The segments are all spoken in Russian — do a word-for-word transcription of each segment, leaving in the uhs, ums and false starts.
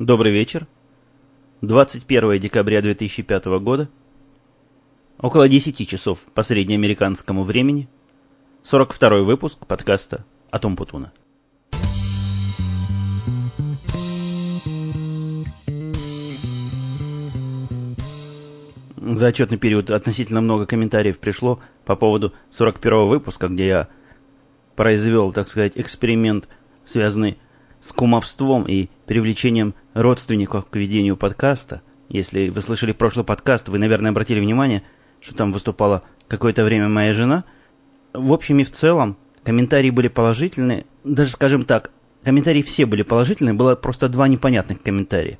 Добрый вечер. двадцать первое декабря две тысячи пятого года. Около десяти часов по среднеамериканскому времени. сорок второй выпуск подкаста «Атом Путуна». За отчетный период относительно много комментариев пришло по поводу сорок первого выпуска, где я произвел, так сказать, эксперимент, связанный с кумовством и привлечением родственников к ведению подкаста. Если вы слышали прошлый подкаст, вы, наверное, обратили внимание, что там выступала какое-то время моя жена. В общем и в целом, комментарии были положительные. Даже, скажем так, комментарии все были положительные, было просто два непонятных комментария.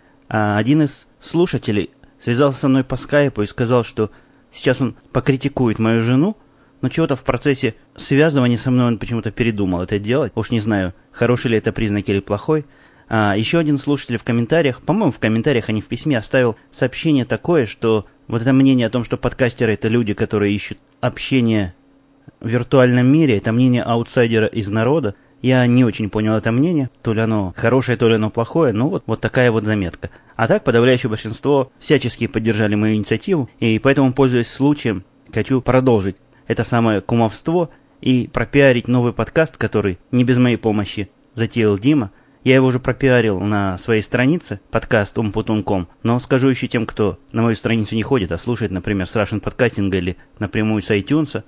А один из слушателей связался со мной по скайпу и сказал, что сейчас он покритикует мою жену, но чего-то в процессе связывания со мной он почему-то передумал это делать. Уж не знаю, хороший ли это признак или плохой. А еще один слушатель в комментариях, по-моему, в комментариях, а не в письме, оставил сообщение такое, что вот это мнение о том, что подкастеры — это люди, которые ищут общение в виртуальном мире, это мнение аутсайдера из народа. Я не очень понял это мнение, то ли оно хорошее, то ли оно плохое, но вот, вот такая вот заметка. А так, подавляющее большинство всячески поддержали мою инициативу, и поэтому, пользуясь случаем, хочу продолжить это самое кумовство и пропиарить новый подкаст, который не без моей помощи затеял Дима. Я его уже пропиарил на своей странице, подкаст ом путун точка ком, но скажу еще тем, кто на мою страницу не ходит, а слушает, например, с Russian Podcasting или напрямую с iTunes.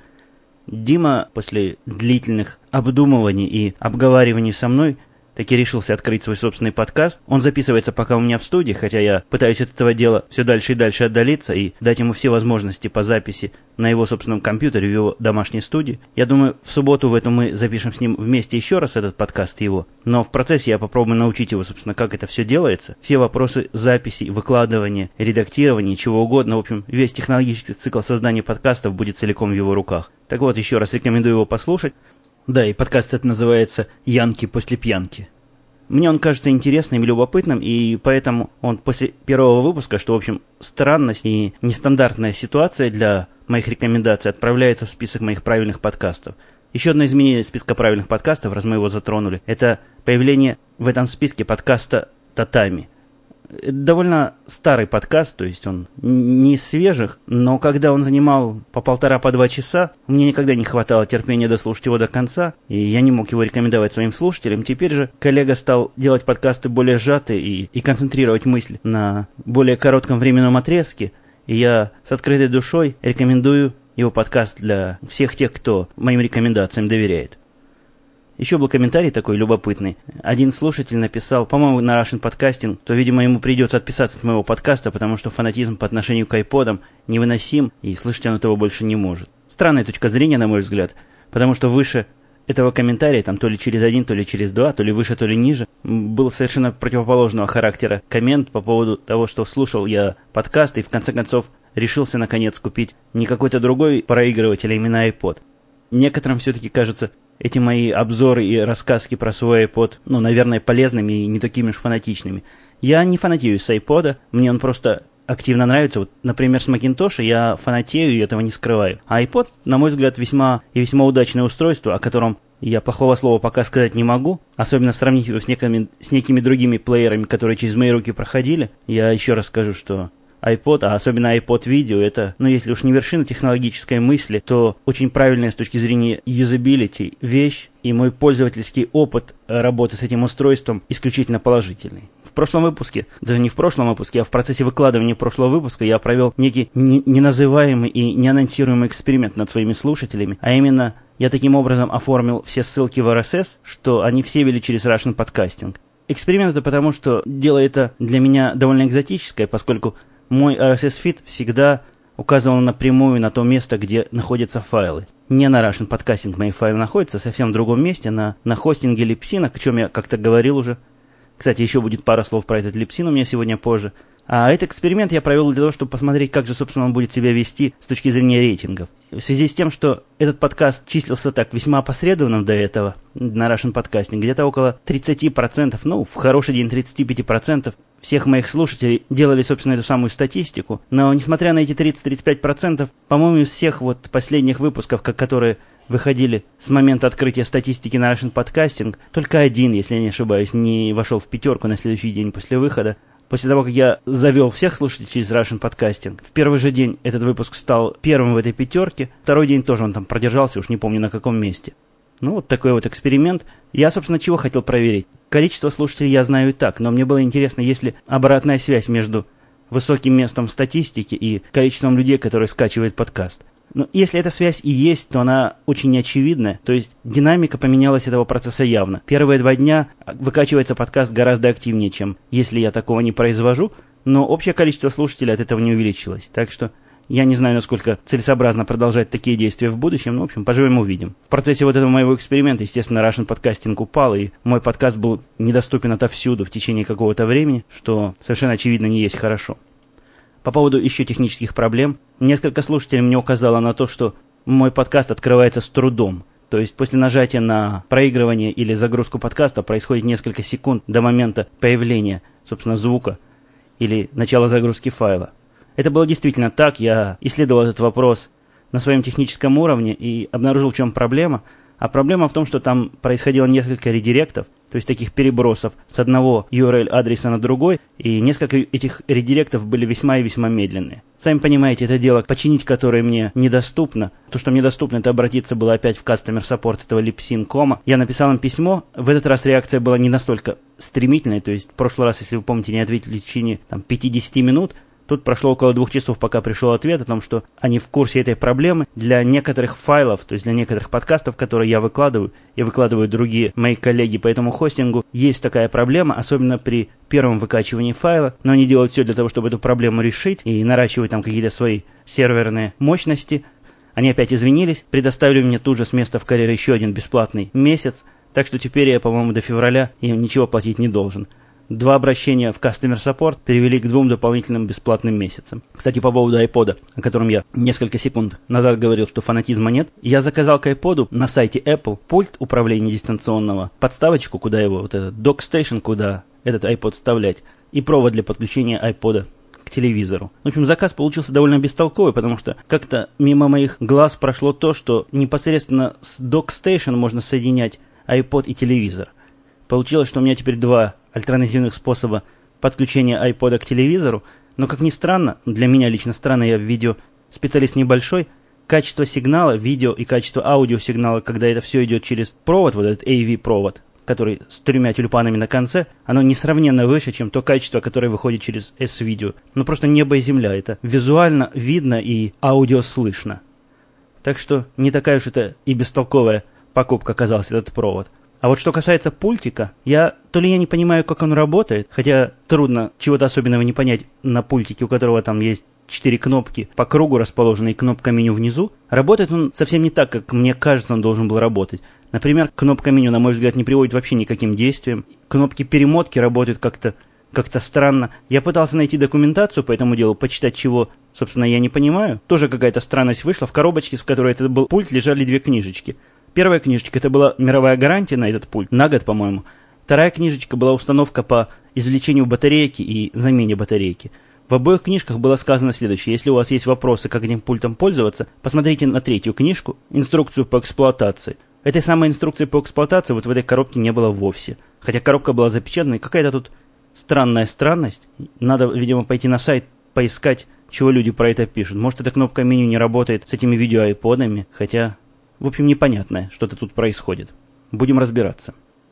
Дима после длительных обдумываний и обговариваний со мной таки решился открыть свой собственный подкаст. Он записывается пока у меня в студии, хотя я пытаюсь от этого дела все дальше и дальше отдалиться и дать ему все возможности по записи на его собственном компьютере в его домашней студии. Я думаю, в субботу в эту мы запишем с ним вместе еще раз этот подкаст его. Но в процессе я попробую научить его, собственно, как это все делается. Все вопросы записи, выкладывания, редактирования, чего угодно. В общем, весь технологический цикл создания подкастов будет целиком в его руках. Так вот, еще раз рекомендую его послушать. Да, и подкаст этот называется «Янки после пьянки». Мне он кажется интересным и любопытным, и поэтому он после первого выпуска, что, в общем, странность и нестандартная ситуация для моих рекомендаций, отправляется в список моих правильных подкастов. Еще одно изменение списка правильных подкастов, раз мы его затронули, это появление в этом списке подкаста «Татами». Это довольно старый подкаст, то есть он не из свежих, но когда он занимал по полтора, по два часа, мне никогда не хватало терпения дослушать его до конца, и я не мог его рекомендовать своим слушателям. Теперь же коллега стал делать подкасты более сжатые и, и концентрировать мысли на более коротком временном отрезке, и я с открытой душой рекомендую его подкаст для всех тех, кто моим рекомендациям доверяет. Еще был комментарий такой любопытный. Один слушатель написал, по-моему, на Russian Podcasting, то, видимо, ему придется отписаться от моего подкаста, потому что фанатизм по отношению к айподам невыносим, и слышать он этого больше не может. Странная точка зрения, на мой взгляд, потому что выше этого комментария, там то ли через один, то ли через два, то ли выше, то ли ниже, был совершенно противоположного характера коммент по поводу того, что слушал я подкаст и, в конце концов, решился, наконец, купить не какой-то другой проигрыватель, а именно iPod. Некоторым все-таки кажется эти мои обзоры и рассказки про свой iPod, ну, наверное, полезными и не такими уж фанатичными. Я не фанатею с iPod, мне он просто активно нравится. Вот, например, с Macintosh я фанатею и этого не скрываю. А iPod, на мой взгляд, весьма и весьма удачное устройство, о котором я плохого слова пока сказать не могу. Особенно сравнить его с некими, с некими другими плеерами, которые через мои руки проходили. Я еще раз скажу, что iPod, а особенно iPod Video, это, ну, если уж не вершина технологической мысли, то очень правильная с точки зрения юзабилити вещь, и мой пользовательский опыт работы с этим устройством исключительно положительный. В прошлом выпуске, даже не в прошлом выпуске, а в процессе выкладывания прошлого выпуска я провел некий не- неназываемый и неанонсируемый эксперимент над своими слушателями, а именно я таким образом оформил все ссылки в эр эс эс, что они все вели через Russian Podcasting. Эксперимент это потому, что дело это для меня довольно экзотическое, поскольку мой эр эс эс-фид всегда указывал напрямую на то место, где находятся файлы. Не на Russian Podcasting мои файлы находятся, совсем в другом месте, на, на хостинге Libsyn, о чем я как-то говорил уже. Кстати, еще будет пара слов про этот Libsyn у меня сегодня позже. А этот эксперимент я провел для того, чтобы посмотреть, как же, собственно, он будет себя вести с точки зрения рейтингов. В связи с тем, что этот подкаст числился так весьма опосредованно до этого на Russian Podcasting, где-то около тридцать процентов, ну, в хороший день тридцать пять процентов всех моих слушателей делали, собственно, эту самую статистику. Но, несмотря на эти тридцать-тридцать пять процентов, по-моему, из всех вот последних выпусков, как, которые выходили с момента открытия статистики на Russian Podcasting, только один, если я не ошибаюсь, не вошел в пятерку на следующий день после выхода. После того, как я завел всех слушателей через Russian Podcasting, в первый же день этот выпуск стал первым в этой пятерке, второй день тоже он там продержался, уж не помню на каком месте. Ну, вот такой вот эксперимент. Я, собственно, чего хотел проверить? Количество слушателей я знаю и так, но мне было интересно, есть ли обратная связь между высоким местом в статистике и количеством людей, которые скачивают подкаст. Но если эта связь и есть, то она очень неочевидная. То есть динамика поменялась этого процесса явно. Первые два дня выкачивается подкаст гораздо активнее, чем если я такого не произвожу, но общее количество слушателей от этого не увеличилось. Так что я не знаю, насколько целесообразно продолжать такие действия в будущем, но, в общем, поживем увидим. В процессе вот этого моего эксперимента, естественно, Russian Podcasting упал, и мой подкаст был недоступен отовсюду в течение какого-то времени, что совершенно очевидно не есть хорошо. По поводу еще технических проблем, несколько слушателей мне указало на то, что мой подкаст открывается с трудом. То есть после нажатия на проигрывание или загрузку подкаста происходит несколько секунд до момента появления, собственно, звука или начала загрузки файла. Это было действительно так, я исследовал этот вопрос на своем техническом уровне и обнаружил, в чем проблема. А проблема в том, что там происходило несколько редиректов, то есть таких перебросов с одного ю ар эл-адреса на другой, и несколько этих редиректов были весьма и весьма медленные. Сами понимаете, это дело, починить которое мне недоступно. То, что мне доступно, это обратиться было опять в customer support этого Libsyn точка ком. Я написал им письмо, в этот раз реакция была не настолько стремительной, то есть в прошлый раз, если вы помните, не ответили в течение там, пятьдесят минут. Тут прошло около двух часов, пока пришел ответ о том, что они в курсе этой проблемы. Для некоторых файлов, то есть для некоторых подкастов, которые я выкладываю, и выкладывают другие мои коллеги по этому хостингу, есть такая проблема, особенно при первом выкачивании файла. Но они делают все для того, чтобы эту проблему решить и наращивают там какие-то свои серверные мощности. Они опять извинились, предоставили мне тут же с места в карьере еще один бесплатный месяц, так что теперь я, по-моему, до февраля им ничего платить не должен. Два обращения в Customer Support привели к двум дополнительным бесплатным месяцам. Кстати, по поводу iPod, о котором я несколько секунд назад говорил, что фанатизма нет, я заказал к iPod на сайте Apple пульт управления дистанционного, подставочку, куда его, вот этот DockStation, куда этот iPod вставлять, и провод для подключения iPod к телевизору. В общем, заказ получился довольно бестолковый, потому что как-то мимо моих глаз прошло то, что непосредственно с DockStation можно соединять iPod и телевизор. Получилось, что у меня теперь два альтернативных способа подключения iPod к телевизору, но, как ни странно, для меня лично странно, я видео специалист небольшой, качество сигнала, видео и качество аудиосигнала, когда это все идет через провод, вот этот эй ви-провод, который с тремя тюльпанами на конце, оно несравненно выше, чем то качество, которое выходит через S-видео. Ну, просто небо и земля, это визуально видно и аудио слышно. Так что не такая уж это и бестолковая покупка оказалась этот провод. А вот что касается пультика, я то ли я не понимаю, как он работает, хотя трудно чего-то особенного не понять на пультике, у которого там есть четыре кнопки по кругу расположенные, кнопка меню внизу. Работает он совсем не так, как мне кажется, он должен был работать. Например, кнопка меню, на мой взгляд, не приводит вообще никаким действиям. Кнопки перемотки работают как-то как-то странно. Я пытался найти документацию по этому делу, почитать чего, собственно, я не понимаю. Тоже какая-то странность вышла. В коробочке, в которой это был пульт, лежали две книжечки. Первая книжечка, это была мировая гарантия на этот пульт, на год, по-моему. Вторая книжечка была установка по извлечению батарейки и замене батарейки. В обоих книжках было сказано следующее. Если у вас есть вопросы, как этим пультом пользоваться, посмотрите на третью книжку, инструкцию по эксплуатации. Этой самой инструкции по эксплуатации вот в этой коробке не было вовсе. Хотя коробка была запечатана, и какая-то тут странная странность. Надо, видимо, пойти на сайт, поискать, чего люди про это пишут. Может, эта кнопка меню не работает с этими видеоайподами, хотя... В общем, непонятное, что-то тут происходит. Будем разбираться.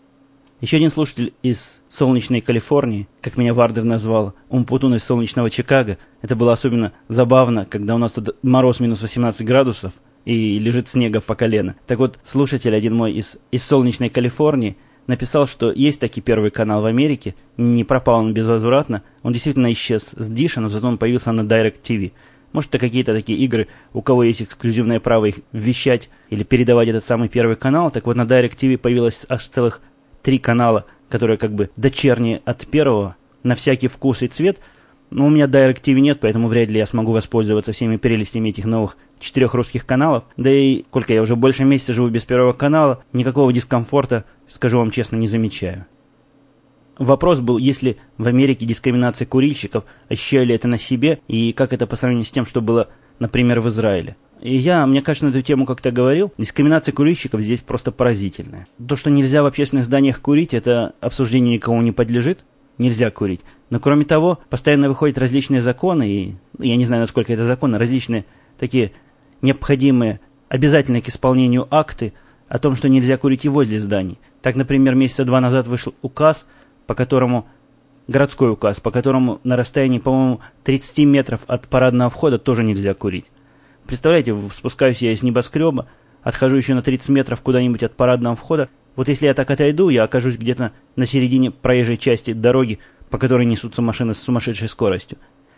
Еще один слушатель из солнечной Калифорнии, как меня Вардер назвал, Умпутун из солнечного Чикаго. Это было особенно забавно, когда у нас тут мороз минус восемнадцать градусов и лежит снега по колено. Так вот, слушатель один мой из, из солнечной Калифорнии написал, что есть таки первый канал в Америке, не пропал он безвозвратно, он действительно исчез с Диша, но зато он появился на DirecTV. Может, это какие-то такие игры, у кого есть эксклюзивное право их вещать или передавать этот самый первый канал. Так вот, на DirecTV появилось аж целых три канала, которые как бы дочерние от первого, на всякий вкус и цвет. Но у меня DirecTV нет, поэтому вряд ли я смогу воспользоваться всеми прелестями этих новых четырех русских каналов. Да и, сколько я уже больше месяца живу без первого канала, никакого дискомфорта, скажу вам честно, не замечаю. Вопрос был, есть ли в Америке дискриминация курильщиков, ощущали ли это на себе, и как это по сравнению с тем, что было, например, в Израиле. И я, мне кажется, на эту тему как-то говорил. Дискриминация курильщиков здесь просто поразительная. То, что нельзя в общественных зданиях курить, это обсуждению никому не подлежит. Нельзя курить. Но кроме того, постоянно выходят различные законы, и я не знаю, насколько это законы, различные такие необходимые, обязательные к исполнению акты о том, что нельзя курить и возле зданий. Так, например, месяца два назад вышел указ, по которому, городской указ, по которому на расстоянии, по-моему, тридцать метров от парадного входа тоже нельзя курить. Представляете, спускаюсь я из небоскреба, отхожу еще на тридцать метров куда-нибудь от парадного входа. Вот если я так отойду, я окажусь где-то на середине проезжей части дороги, по которой несутся машины с сумасшедшей скоростью.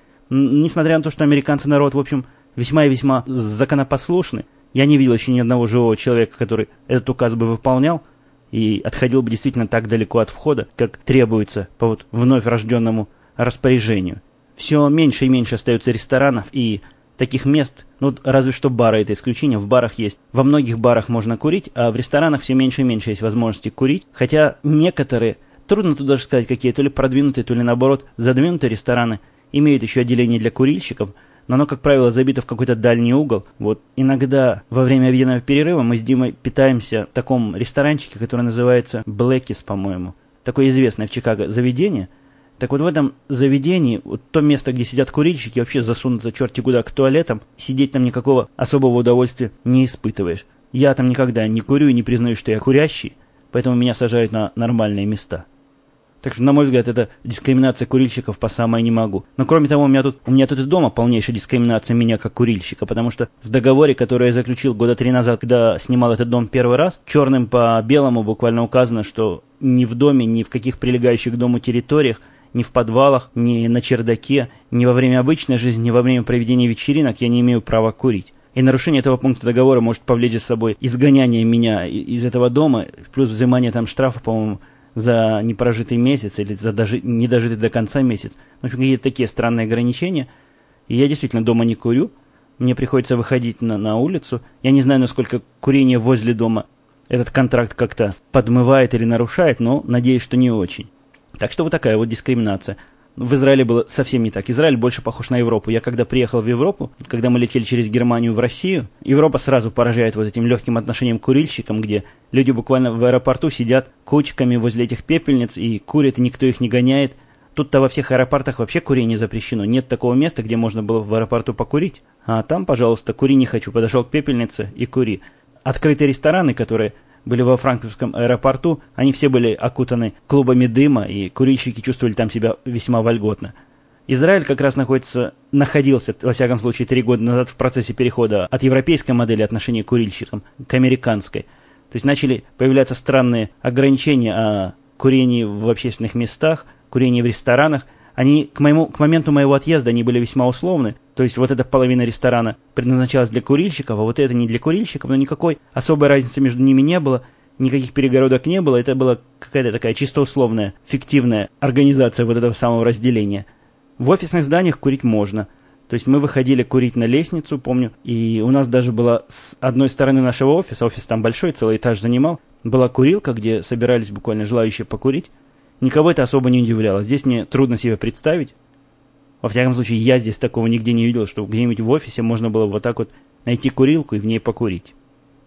Н- несмотря на то, что американцы народ, в общем, весьма и весьма законопослушны, я не видел еще ни одного живого человека, который этот указ бы выполнял и отходил бы действительно так далеко от входа, как требуется по вот вновь рожденному распоряжению. Все меньше и меньше остается ресторанов и таких мест, ну, разве что бары — это исключение, в барах есть. Во многих барах можно курить, а в ресторанах все меньше и меньше есть возможности курить. Хотя некоторые, трудно тут даже сказать, какие, то ли продвинутые, то ли наоборот задвинутые рестораны имеют еще отделение для курильщиков, но оно, как правило, забито в какой-то дальний угол. Вот иногда во время обеденного перерыва мы с Димой питаемся в таком ресторанчике, который называется Блэкис, по-моему. Такое известное в Чикаго заведение. Так вот в этом заведении, вот то место, где сидят курильщики, вообще засунуто черти куда к туалетам, сидеть там никакого особого удовольствия не испытываешь. Я там никогда не курю и не признаю, что я курящий, поэтому меня сажают на нормальные места. Так что, на мой взгляд, это дискриминация курильщиков по самое не могу. Но кроме того, у меня тут, у меня тут и дома полнейшая дискриминация меня как курильщика, потому что в договоре, который я заключил года три назад, когда снимал этот дом первый раз, черным по белому буквально указано, что ни в доме, ни в каких прилегающих к дому территориях, ни в подвалах, ни на чердаке, ни во время обычной жизни, ни во время проведения вечеринок я не имею права курить. И нарушение этого пункта договора может повлечь за собой изгоняние меня из этого дома, плюс взимание там штрафа, по-моему, за непрожитый месяц или за дожи... недожитый до конца месяц. В общем, какие-то такие странные ограничения. И я действительно дома не курю. Мне приходится выходить на, на улицу. Я не знаю, насколько курение возле дома этот контракт как-то подмывает или нарушает, но надеюсь, что не очень. Так что вот такая вот дискриминация. В Израиле было совсем не так. Израиль больше похож на Европу. Я когда приехал в Европу, когда мы летели через Германию в Россию, Европа сразу поражает вот этим легким отношением к курильщикам, где люди буквально в аэропорту сидят кучками возле этих пепельниц и курят, и никто их не гоняет. Тут-то во всех аэропортах вообще курение запрещено. Нет такого места, где можно было в аэропорту покурить. А там, пожалуйста, кури не хочу. Подошел к пепельнице и кури. Открытые рестораны, которые были во франкфуртском аэропорту, они все были окутаны клубами дыма, и курильщики чувствовали там себя весьма вольготно. Израиль как раз находится, находился, во всяком случае, три года назад в процессе перехода от европейской модели отношения к курильщикам к американской. То есть начали появляться странные ограничения о курении в общественных местах, курении в ресторанах. Они к, моему, к моменту моего отъезда они были весьма условны. То есть вот эта половина ресторана предназначалась для курильщиков, а вот это не для курильщиков. Но никакой особой разницы между ними не было, никаких перегородок не было. Это была какая-то такая чисто условная, фиктивная организация вот этого самого разделения. В офисных зданиях курить можно. То есть мы выходили курить на лестницу, помню, и у нас даже была с одной стороны нашего офиса, офис там большой, целый этаж занимал, была курилка, где собирались буквально желающие покурить. Никого это особо не удивляло. Здесь мне трудно себе представить. Во всяком случае, я здесь такого нигде не видел, что где-нибудь в офисе можно было вот так вот найти курилку и в ней покурить.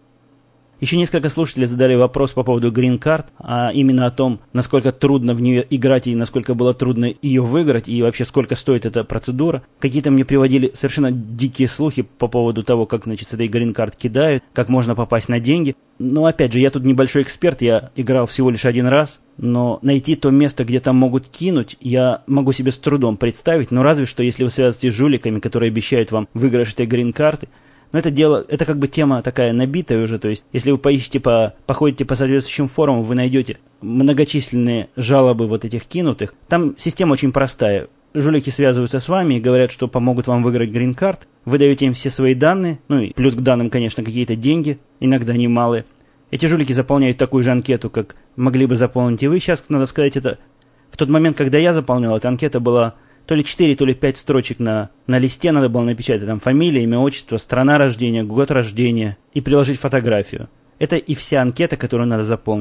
Еще несколько слушателей задали вопрос по поводу Green Card, а именно о том, насколько трудно в нее играть и насколько было трудно ее выиграть, и вообще сколько стоит эта процедура. Какие-то мне приводили совершенно дикие слухи по поводу того, как, значит, с этой Green Card кидают, как можно попасть на деньги. Но опять же, я тут небольшой эксперт, я играл всего лишь один раз, но найти то место, где там могут кинуть, я могу себе с трудом представить, но разве что, если вы связываетесь с жуликами, которые обещают вам выигрыш этой Green Card. Но это дело, это как бы тема такая набитая уже, то есть, если вы поищете, по, походите по соответствующим форумам, вы найдете многочисленные жалобы вот этих кинутых. Там система очень простая. Жулики связываются с вами и говорят, что помогут вам выиграть Green Card. Вы даете им все свои данные, ну и плюс к данным, конечно, какие-то деньги, иногда немалые. Эти жулики заполняют такую же анкету, как могли бы заполнить и вы. Сейчас, надо сказать, это в тот момент, когда я заполнял, эта анкета была то ли четыре, то ли пять строчек на, на листе надо было напечатать. Там фамилия, имя, отчество, страна рождения, год рождения и приложить фотографию. Это и вся анкета, которую надо заполнить.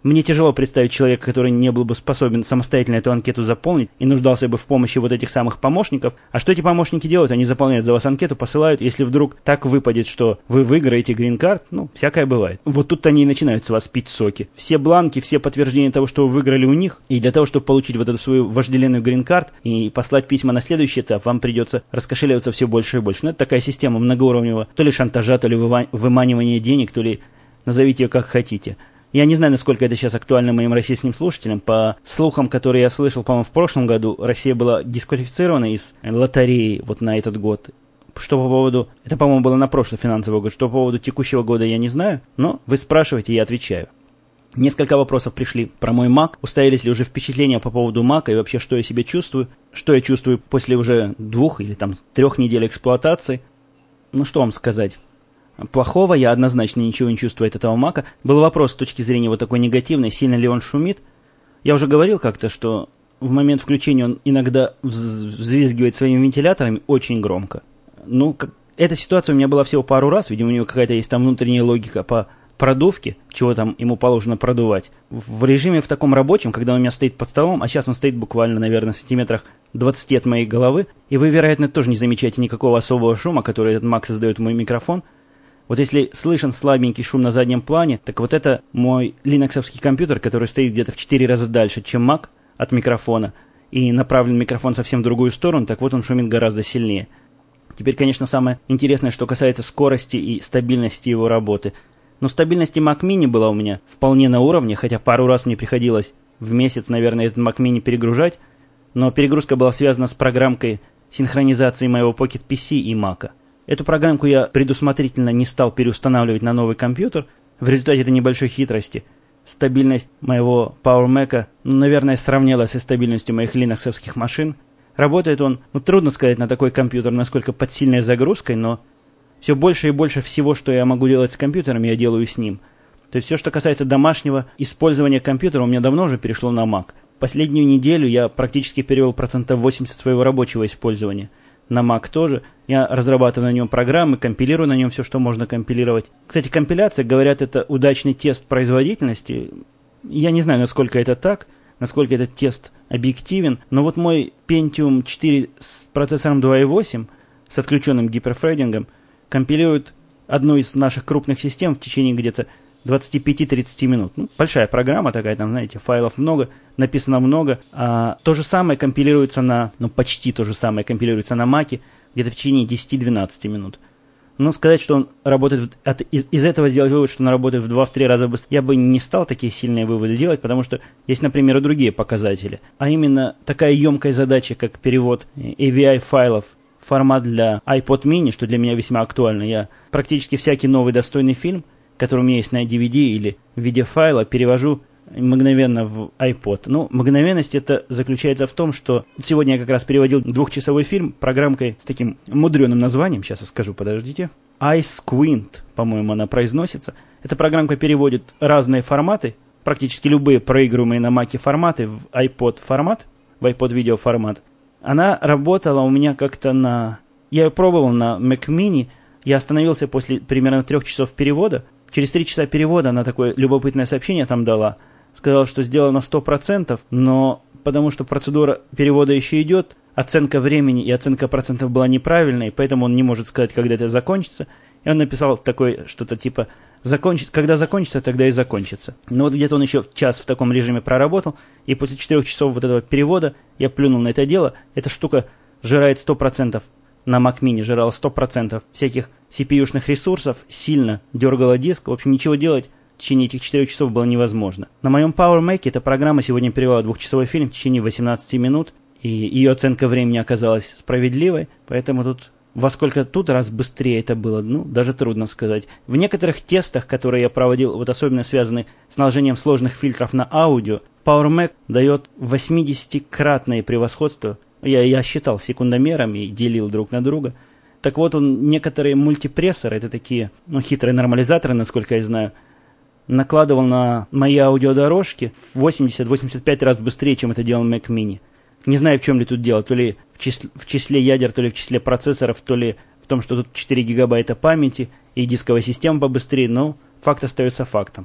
Мне тяжело представить человека, который не был бы способен самостоятельно эту анкету заполнить и нуждался бы в помощи вот этих самых помощников. А что эти помощники делают? Они заполняют за вас анкету, посылают. Если вдруг так выпадет, что вы выиграете грин-карт, ну, всякое бывает. Вот тут они и начинают с вас пить соки. Все бланки, все подтверждения того, что вы выиграли у них, и для того, чтобы получить вот эту свою вожделенную грин-карт и послать письма на следующий этап, вам придется раскошеливаться все больше и больше. Ну, это такая система многоуровневая. То ли шантажа, то ли выманивания денег, то ли назовите ее как хотите. Я не знаю, насколько это сейчас актуально моим российским слушателям. По слухам, которые я слышал, по-моему, в прошлом году, Россия была дисквалифицирована из лотереи вот на этот год. Что по поводу... Это, по-моему, было на прошлый финансовый год. Что по поводу текущего года, я не знаю. Но вы спрашиваете, я отвечаю. Несколько вопросов пришли про мой Mac. Уставились ли уже впечатления по поводу Mac и вообще, что я себе чувствую. Что я чувствую после уже двух или там трех недель эксплуатации. Ну, что вам сказать? Плохого я однозначно ничего не чувствую от этого Мака. Был вопрос с точки зрения вот такой негативной, сильно ли он шумит. Я уже говорил как-то, что в момент включения он иногда взвизгивает своими вентиляторами очень громко. Ну, как... эта ситуация у меня была всего пару раз. Видимо, у него какая-то есть там внутренняя логика по продувке, чего там ему положено продувать. В режиме в таком рабочем, когда он у меня стоит под столом, а сейчас он стоит буквально, наверное, в сантиметрах двадцати от моей головы, и вы, вероятно, тоже не замечаете никакого особого шума, который этот Мак создает в мой микрофон. Вот если слышен слабенький шум на заднем плане, так вот это мой линоксовский компьютер, который стоит где-то в четыре раза дальше, чем Mac от микрофона, и направлен микрофон совсем в другую сторону, так вот он шумит гораздо сильнее. Теперь, конечно, самое интересное, что касается скорости и стабильности его работы. Но стабильности Mac Mini была у меня вполне на уровне, хотя пару раз мне приходилось в месяц, наверное, этот Mac Mini перегружать, но перегрузка была связана с программкой синхронизации моего Pocket пи си и Mac. Эту программку я предусмотрительно не стал переустанавливать на новый компьютер. В результате этой небольшой хитрости стабильность моего Power Mac, ну, наверное, сравнялась со стабильностью моих линоксовских машин. Работает он, ну, трудно сказать на такой компьютер, насколько под сильной загрузкой, но все больше и больше всего, что я могу делать с компьютером, я делаю с ним. То есть все, что касается домашнего использования компьютера, у меня давно уже перешло на Mac. Последнюю неделю я практически перевел процентов восемьдесят своего рабочего использования на Mac тоже. Я разрабатываю на нем программы, компилирую на нем все, что можно компилировать. Кстати, компиляция, говорят, это удачный тест производительности. Я не знаю, насколько это так, насколько этот тест объективен, но вот мой Pentium четыре с процессором два и восемь, с отключенным гиперфрейдингом, компилирует одну из наших крупных систем в течение где-то двадцать пять-тридцать минут. Ну, большая программа такая, там, знаете, файлов много, написано много. А то же самое компилируется на, ну, почти то же самое компилируется на Маке где-то в течение десять-двенадцать минут. Но сказать, что он работает, от, из, из этого сделать вывод, что он работает в два-три раза быстрее, я бы не стал такие сильные выводы делать, потому что есть, например, и другие показатели. А именно такая емкая задача, как перевод эй ви ай-файлов в формат для iPod mini, что для меня весьма актуально. Я практически всякий новый достойный фильм, который у меня есть на ди ви ди или в виде файла, перевожу мгновенно в iPod. Ну, мгновенность это заключается в том, что сегодня я как раз переводил двухчасовой фильм программкой с таким мудреным названием, сейчас я скажу, подождите. iSquint, по-моему, она произносится. Эта программка переводит разные форматы, практически любые проигрываемые на Маке форматы в iPod формат, в iPod видео формат. Она работала у меня как-то на... Я ее пробовал на Mac Mini, я остановился после примерно трех часов перевода. Через три часа перевода она такое любопытное сообщение там дала. Сказала, что сделано сто процентов, но потому что процедура перевода еще идет, оценка времени и оценка процентов была неправильной, поэтому он не может сказать, когда это закончится. И он написал такое что-то типа «закончит, когда закончится, тогда и закончится». Но вот где-то он еще час в таком режиме проработал, и после четырех часов вот этого перевода я плюнул на это дело. Эта штука жирает сто процентов. На Mac Mini жрала сто процентов всяких си пи ю-шных ресурсов, сильно дергала диск. В общем, ничего делать в течение этих четырех часов было невозможно. На моем Power Mac эта программа сегодня перевела двухчасовой фильм в течение восемнадцати минут, и ее оценка времени оказалась справедливой, поэтому тут во сколько тут раз быстрее это было, ну, даже трудно сказать. В некоторых тестах, которые я проводил, вот особенно связанные с наложением сложных фильтров на аудио, Power Mac дает восьмидесятикратное превосходство. Я, я считал секундомерами и делил друг на друга. Так вот, он некоторые мультипрессоры, это такие, ну, хитрые нормализаторы, насколько я знаю, накладывал на мои аудиодорожки в восемьдесят-восемьдесят пять раз быстрее, чем это делал Mac Mini. Не знаю, в чем ли тут дело, то ли в числе, в числе ядер, то ли в числе процессоров, то ли в том, что тут четыре гигабайта памяти и дисковая система побыстрее, но факт остается фактом.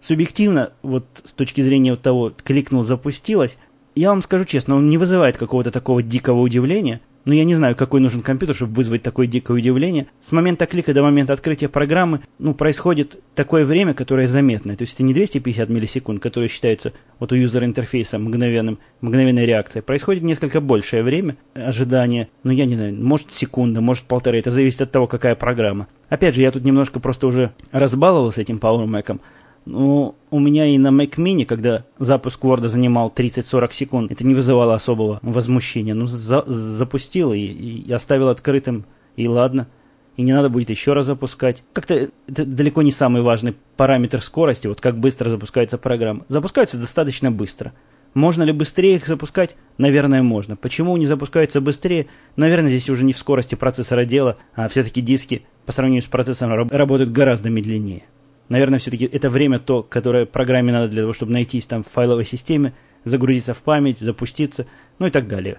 субъективно, вот с точки зрения вот того, кликнул, запустилось, я вам скажу честно, он не вызывает какого-то такого дикого удивления. Но я не знаю, какой нужен компьютер, чтобы вызвать такое дикое удивление. С момента клика до момента открытия программы, ну, происходит такое время, которое заметное. То есть это не двести пятьдесят миллисекунд, которые считаются вот у юзер-интерфейса мгновенным, мгновенной реакцией. Происходит несколько большее время ожидания. Ну, я не знаю, может секунда, может полторы. Это зависит от того, какая программа. Опять же, я тут немножко просто уже разбаловался этим Power Mac. Ну, у меня и на Mac Mini, когда запуск Word занимал тридцать-сорок секунд, это не вызывало особого возмущения. Ну, за- запустил и, и оставил открытым, и ладно. И не надо будет еще раз запускать. Как-то это далеко не самый важный параметр скорости, вот как быстро запускается программа. Запускаются достаточно быстро. Можно ли быстрее их запускать? Наверное, можно. Почему не запускаются быстрее? Наверное, здесь уже не в скорости процессора дело, а все-таки диски по сравнению с процессором работают гораздо медленнее. Наверное, все-таки это время то, которое программе надо для того, чтобы найтись там в файловой системе, загрузиться в память, запуститься, ну и так далее.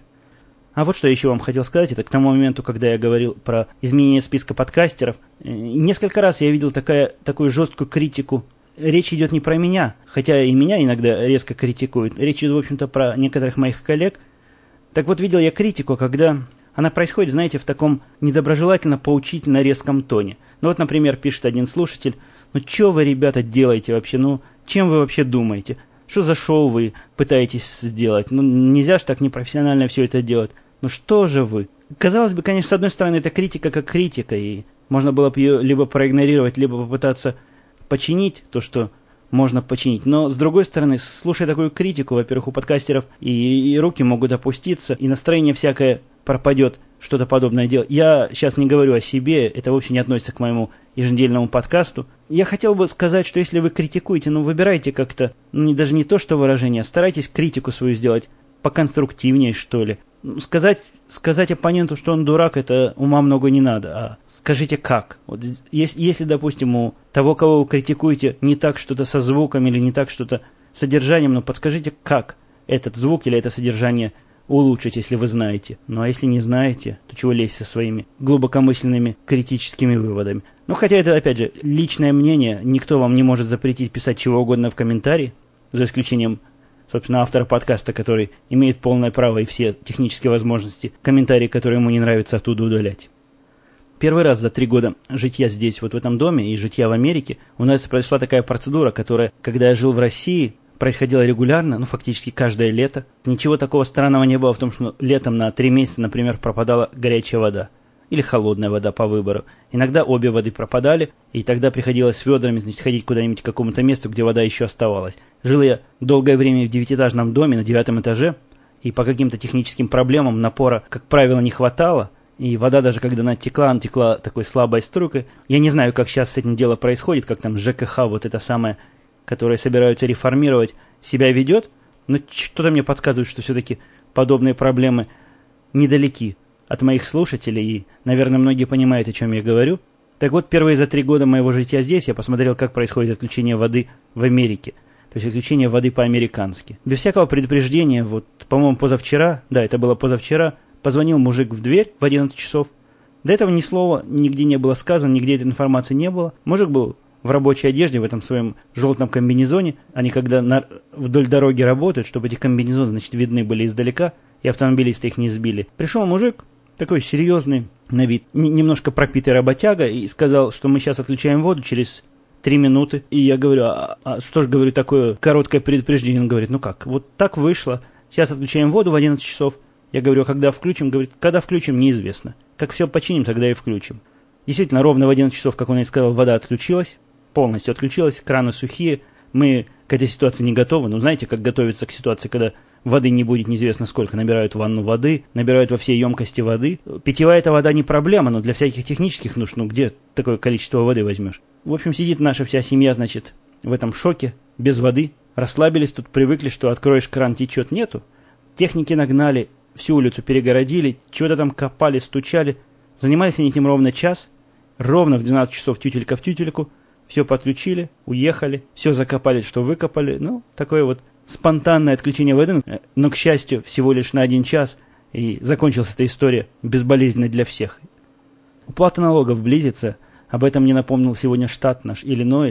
А вот что я еще вам хотел сказать, это к тому моменту, когда я говорил про изменение списка подкастеров. Несколько раз я видел такая, такую жесткую критику. Речь идет не про меня, хотя и меня иногда резко критикуют. Речь идет, в общем-то, про некоторых моих коллег. Так вот, видел я критику, когда она происходит, знаете, в таком недоброжелательно-поучительно резком тоне. Ну вот, например, пишет один слушатель: «Ну что вы, ребята, делаете вообще? Ну, чем вы вообще думаете? Что за шоу вы пытаетесь сделать? Ну, нельзя же так непрофессионально все это делать. Ну что же вы?» Казалось бы, конечно, с одной стороны, это критика как критика, и можно было бы ее либо проигнорировать, либо попытаться починить то, что можно починить. Но, с другой стороны, слушая такую критику, во-первых, у подкастеров и, и руки могут опуститься, и настроение всякое пропадет, что-то подобное делать. Я сейчас не говорю о себе, это вовсе не относится к моему еженедельному подкасту. Я хотел бы сказать, что если вы критикуете, ну, выбирайте как-то, ну, не, даже не то, что выражение, старайтесь критику свою сделать поконструктивнее, что ли. Сказать, сказать оппоненту, что он дурак, это ума много не надо, а скажите как. Вот если, если, допустим, у того, кого вы критикуете, не так что-то со звуком или не так что-то с содержанием, но подскажите, как этот звук или это содержание улучшить, если вы знаете. Ну а если не знаете, то чего лезть со своими глубокомысленными критическими выводами. Ну хотя это, опять же, личное мнение, никто вам не может запретить писать чего угодно в комментарии, за исключением, собственно, автора подкаста, который имеет полное право и все технические возможности комментарии, которые ему не нравятся, оттуда удалять. Первый раз за три года житья здесь, вот в этом доме, и житья в Америке, у нас произошла такая процедура, которая, когда я жил в России, происходило регулярно, ну, фактически каждое лето. Ничего такого странного не было в том, что летом на три месяца, например, пропадала горячая вода. Или холодная вода по выбору. Иногда обе воды пропадали, и тогда приходилось с ведрами, значит, ходить куда-нибудь к какому-то месту, где вода еще оставалась. Жил я долгое время в девятиэтажном доме на девятом этаже, и по каким-то техническим проблемам напора, как правило, не хватало, и вода даже когда она текла, она текла такой слабой струйкой. Я не знаю, как сейчас с этим дело происходит, как там ЖКХ, вот это самое, которые собираются реформировать, себя ведет, но что-то мне подсказывает, что все-таки подобные проблемы недалеки от моих слушателей, и, наверное, многие понимают, о чем я говорю. Так вот, первые за три года моего жития здесь я посмотрел, как происходит отключение воды в Америке. То есть отключение воды по-американски. Без всякого предупреждения, вот, по-моему, позавчера, да, это было позавчера, позвонил мужик в дверь в одиннадцать часов. До этого ни слова нигде не было сказано, нигде этой информации не было. Мужик был в рабочей одежде, в этом своем желтом комбинезоне. Они когда на, вдоль дороги работают, чтобы эти комбинезоны, значит, видны были издалека, и автомобилисты их не сбили. Пришел мужик, такой серьезный на вид, н- немножко пропитый работяга, и сказал, что мы сейчас отключаем воду через три минуты. И я говорю, а, а что ж, говорю, такое короткое предупреждение? Он говорит, ну как, вот так вышло, сейчас отключаем воду в одиннадцать часов. Я говорю, когда включим? Говорит, когда включим, неизвестно. Как все починим, тогда и включим. Действительно, ровно в одиннадцать часов, как он и сказал, вода отключилась. Полностью отключилась, краны сухие. Мы к этой ситуации не готовы. Но знаете, как готовиться к ситуации, когда воды не будет неизвестно сколько. Набирают ванну воды, набирают во все емкости воды. Питьевая эта вода не проблема, но для всяких технических нужд, ну где такое количество воды возьмешь? В общем, сидит наша вся семья, значит, в этом шоке, без воды. Расслабились тут, привыкли, что откроешь кран, течет. Нету. Техники нагнали, всю улицу перегородили, чего-то там копали, стучали. Занимались они этим ровно час. Ровно в двенадцать часов тютелька в тютельку. Все подключили, уехали, все закопали, что выкопали. Ну, такое вот спонтанное отключение воды, но, к счастью, всего лишь на один час. И закончилась эта история безболезненно для всех. Уплата налогов близится. Об этом мне напомнил сегодня штат наш, Иллинойс.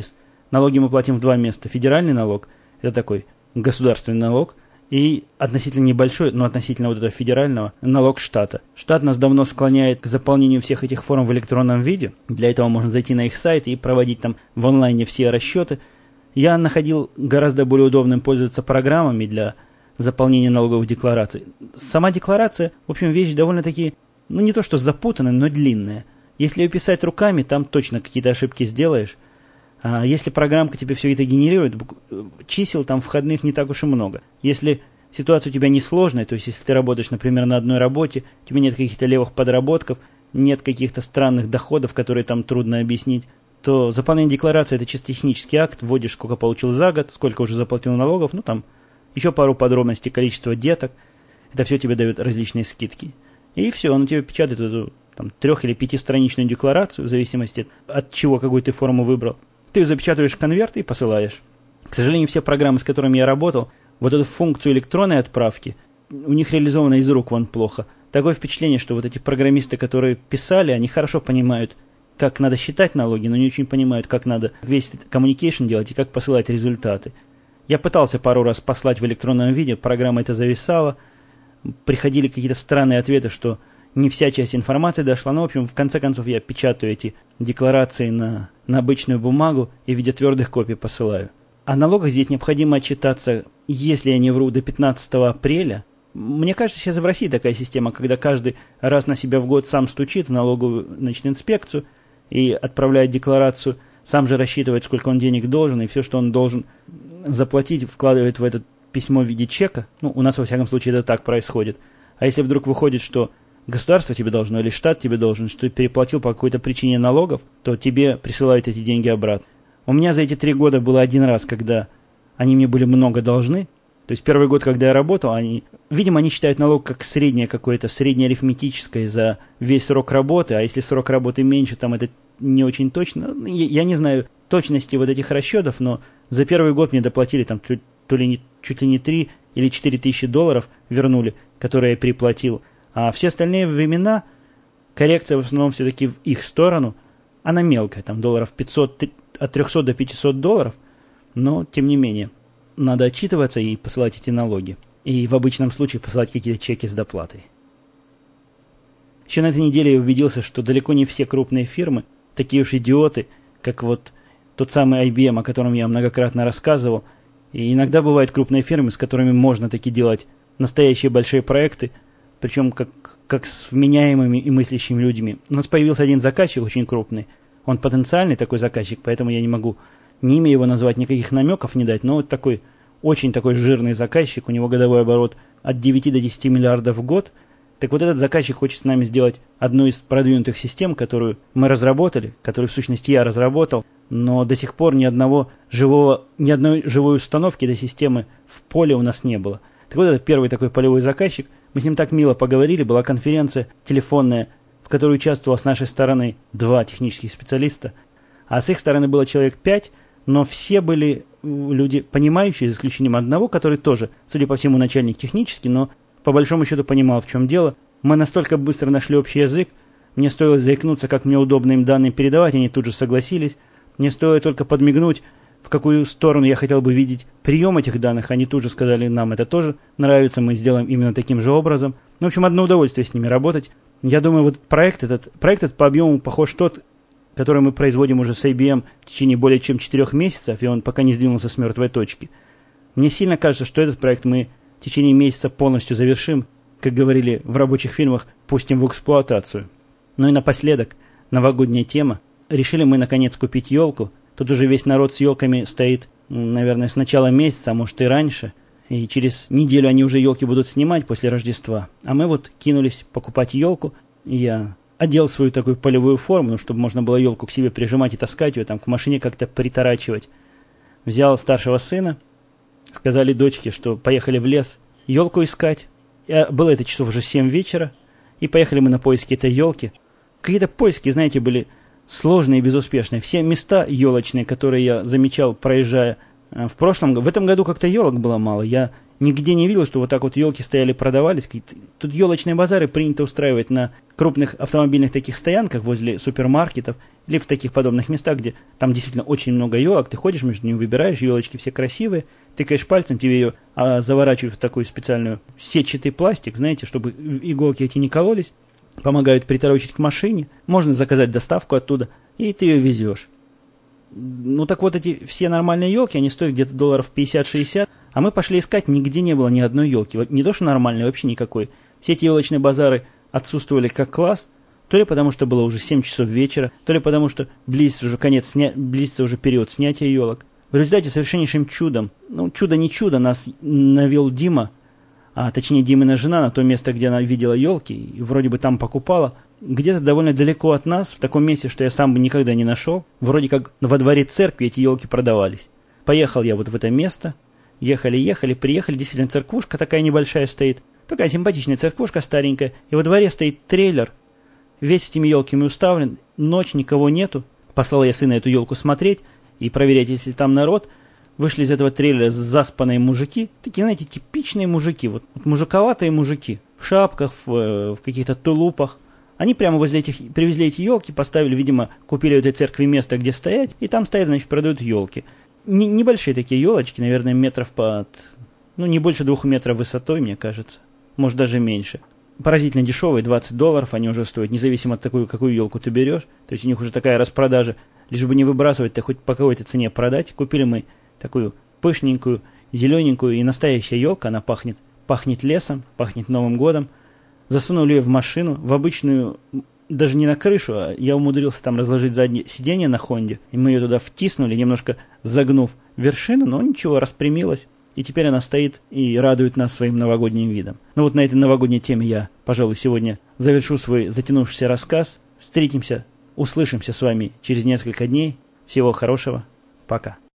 налоги мы платим в два места. Федеральный налог, это такой государственный налог, и относительно небольшой, но относительно вот этого федерального, налог штата. Штат нас давно склоняет к заполнению всех этих форм в электронном виде. Для этого можно зайти на их сайт и проводить там в онлайне все расчеты. Я находил гораздо более удобным пользоваться программами для заполнения налоговых деклараций. Сама декларация, в общем, вещь довольно-таки, ну не то что запутанная, но длинная. Если ее писать руками, там точно какие-то ошибки сделаешь. А если программка тебе все это генерирует, чисел там входных не так уж и много. Если ситуация у тебя несложная, то есть если ты работаешь, например, на одной работе, у тебя нет каких-то левых подработков, нет каких-то странных доходов, которые там трудно объяснить, то заполнение декларации – это чисто технический акт, вводишь, сколько получил за год, сколько уже заплатил налогов, ну там еще пару подробностей, количество деток, это все тебе дает различные скидки. И все, он тебе печатает эту там, трех- или пятистраничную декларацию, в зависимости от чего, какую ты форму выбрал. Ты ее запечатываешь в конверт и посылаешь. К сожалению, все программы, с которыми я работал, вот эту функцию электронной отправки, у них реализовано из рук вон плохо. Такое впечатление, что вот эти программисты, которые писали, они хорошо понимают, как надо считать налоги, но не очень понимают, как надо весь этот communication делать и как посылать результаты. Я пытался пару раз послать в электронном виде, программа это зависала, приходили какие-то странные ответы, что не вся часть информации дошла, но, в общем, в конце концов я печатаю эти декларации на, на обычную бумагу и в виде твердых копий посылаю. О налогах здесь необходимо отчитаться, если я не вру, до пятнадцатого апреля. Мне кажется, сейчас в России такая система, когда каждый раз на себя в год сам стучит в налоговую, значит, инспекцию и отправляет декларацию, сам же рассчитывает, сколько он денег должен, и все, что он должен заплатить, вкладывает в это письмо в виде чека. Ну, у нас, во всяком случае, это так происходит. А если вдруг выходит, что государство тебе должно или штат тебе должен, что ты переплатил по какой-то причине налогов, то тебе присылают эти деньги обратно. У меня за эти три года было один раз, когда они мне были много должны. То есть первый год, когда я работал, они, видимо, они считают налог как среднее какое-то, среднее арифметическое за весь срок работы, а если срок работы меньше, там это не очень точно. Я, я не знаю точности вот этих расчетов, но за первый год мне доплатили там то, то ли не, чуть ли не три или четыре тысячи долларов вернули, которые я переплатил. А все остальные времена коррекция в основном все-таки в их сторону. Она мелкая, там долларов пятьсот, от трехсот до пятисот долларов, но тем не менее надо отчитываться и посылать эти налоги. И в обычном случае посылать какие-то чеки с доплатой. Еще на этой неделе я убедился, что далеко не все крупные фирмы такие уж идиоты, как вот тот самый ай би эм, о котором я многократно рассказывал. И иногда бывают крупные фирмы, с которыми можно таки делать настоящие большие проекты, причем как, как с вменяемыми и мыслящими людьми. У нас появился один заказчик очень крупный. Он потенциальный такой заказчик, поэтому я не могу ни имя его назвать, никаких намеков не дать. Но вот такой, очень такой жирный заказчик. У него годовой оборот от девяти до десяти миллиардов в год. Так вот этот заказчик хочет с нами сделать одну из продвинутых систем, которую мы разработали, которую в сущности я разработал. Но до сих пор ни одного живого, ни одной живой установки этой системы в поле у нас не было. Так вот, это первый такой полевой заказчик. Мы с ним так мило поговорили, была конференция телефонная, в которой участвовало с нашей стороны два технических специалиста, а с их стороны было человек пять, но все были люди понимающие, за исключением одного, который тоже, судя по всему, начальник технический, но по большому счету понимал, в чем дело. Мы настолько быстро нашли общий язык, мне стоило заикнуться, как мне удобно им данные передавать, они тут же согласились. Мне стоило только подмигнуть, в какую сторону я хотел бы видеть прием этих данных. Они тут же сказали, нам это тоже нравится, мы сделаем именно таким же образом. Ну, в общем, одно удовольствие с ними работать. Я думаю, вот проект этот, проект этот по объему похож тот, который мы производим уже с ай би эм в течение более чем четырех месяцев, и он пока не сдвинулся с мертвой точки. Мне сильно кажется, что этот проект мы в течение месяца полностью завершим, как говорили в рабочих фильмах, пустим в эксплуатацию. Ну и напоследок, новогодняя тема. Решили мы, наконец, купить елку. Тут уже весь народ с елками стоит, наверное, с начала месяца, а может и раньше. И через неделю они уже елки будут снимать после Рождества. А мы вот кинулись покупать елку. И я одел свою такую полевую форму, ну, чтобы можно было елку к себе прижимать и таскать ее, там, к машине как-то приторачивать. Взял старшего сына. Сказали дочке, что поехали в лес елку искать. И было это часов уже семь вечера. И поехали мы на поиски этой елки. Какие-то поиски, знаете, были сложные и безуспешные. Все места елочные, которые я замечал, проезжая в прошлом году. В этом году как-то елок было мало. Я нигде не видел, что вот так вот елки стояли, продавались. Тут елочные базары принято устраивать на крупных автомобильных таких стоянках возле супермаркетов или в таких подобных местах, где там действительно очень много елок. Ты ходишь между ними, выбираешь, елочки все красивые, тыкаешь пальцем, тебе ее а, заворачивают в такую специальную сетчатый пластик, знаете, чтобы иголки эти не кололись. Помогают приторочить к машине. Можно заказать доставку оттуда, и ты ее везешь. Ну так вот, эти все нормальные елки, они стоят где-то долларов пятьдесят-шестьдесят, а мы пошли искать, нигде не было ни одной елки. Не то, что нормальной, вообще никакой. Все эти елочные базары отсутствовали как класс, то ли потому, что было уже семь часов вечера, то ли потому, что близится уже конец, сня... близится уже период снятия елок. В результате совершеннейшим чудом, ну чудо не чудо, нас навел Дима, а точнее Димина жена, на то место, где она видела елки, и вроде бы там покупала, где-то довольно далеко от нас, в таком месте, что я сам бы никогда не нашел, вроде как во дворе церкви эти елки продавались. Поехал я вот в это место, ехали, ехали, приехали, действительно церквушка такая небольшая стоит, такая симпатичная церквушка старенькая, и во дворе стоит трейлер, весь этими елками уставлен, ночь, никого нету. Послал я сына эту елку смотреть и проверять, если там народ. Вышли из этого трейлера заспанные мужики, такие, знаете, типичные мужики, вот, вот мужиковатые мужики, в шапках, в, в каких-то тулупах. Они прямо возле этих, привезли эти елки, поставили, видимо, купили у этой церкви место, где стоять, и там стоят, значит, продают елки. Не, небольшие такие елочки, наверное, метров под, ну, не больше двух метров высотой, мне кажется, может, даже меньше. Поразительно дешевые, двадцать долларов они уже стоят, независимо от того, какую елку ты берешь. То есть у них уже такая распродажа, лишь бы не выбрасывать, то хоть по какой-то цене продать. Купили мы такую пышненькую, зелененькую и настоящая елка, она пахнет, пахнет лесом, пахнет Новым годом. Засунули ее в машину, в обычную, даже не на крышу, а я умудрился там разложить заднее сиденье на Хонде, и мы ее туда втиснули, немножко загнув вершину, но ничего, распрямилась, и теперь она стоит и радует нас своим новогодним видом. Ну вот на этой новогодней теме я, пожалуй, сегодня завершу свой затянувшийся рассказ. Встретимся, услышимся с вами через несколько дней. Всего хорошего, пока.